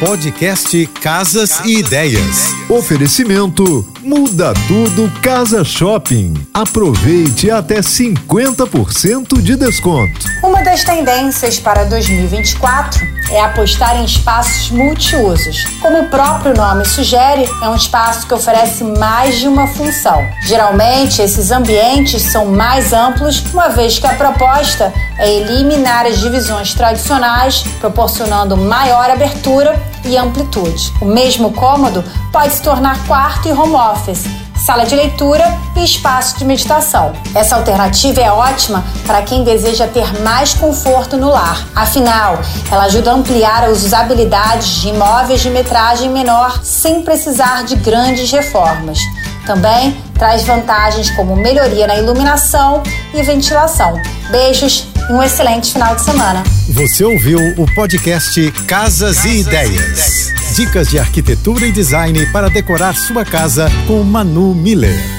Podcast Casas e Ideias. Oferecimento Muda Tudo Casa Shopping. Aproveite até 50% de desconto. Uma das tendências para 2024 é apostar em espaços multiusos. Como o próprio nome sugere, é um espaço que oferece mais de uma função. Geralmente, esses ambientes são mais amplos, uma vez que a proposta é eliminar as divisões tradicionais, proporcionando maior abertura e amplitude. O mesmo cômodo pode se tornar quarto e home office, sala de leitura e espaço de meditação. Essa alternativa é ótima para quem deseja ter mais conforto no lar. Afinal, ela ajuda a ampliar as usabilidades de imóveis de metragem menor sem precisar de grandes reformas. Também traz vantagens como melhoria na iluminação e ventilação. Beijos e um excelente final de semana. Você ouviu o podcast Casas e Ideias. Dicas de arquitetura e design para decorar sua casa com Manu Miller.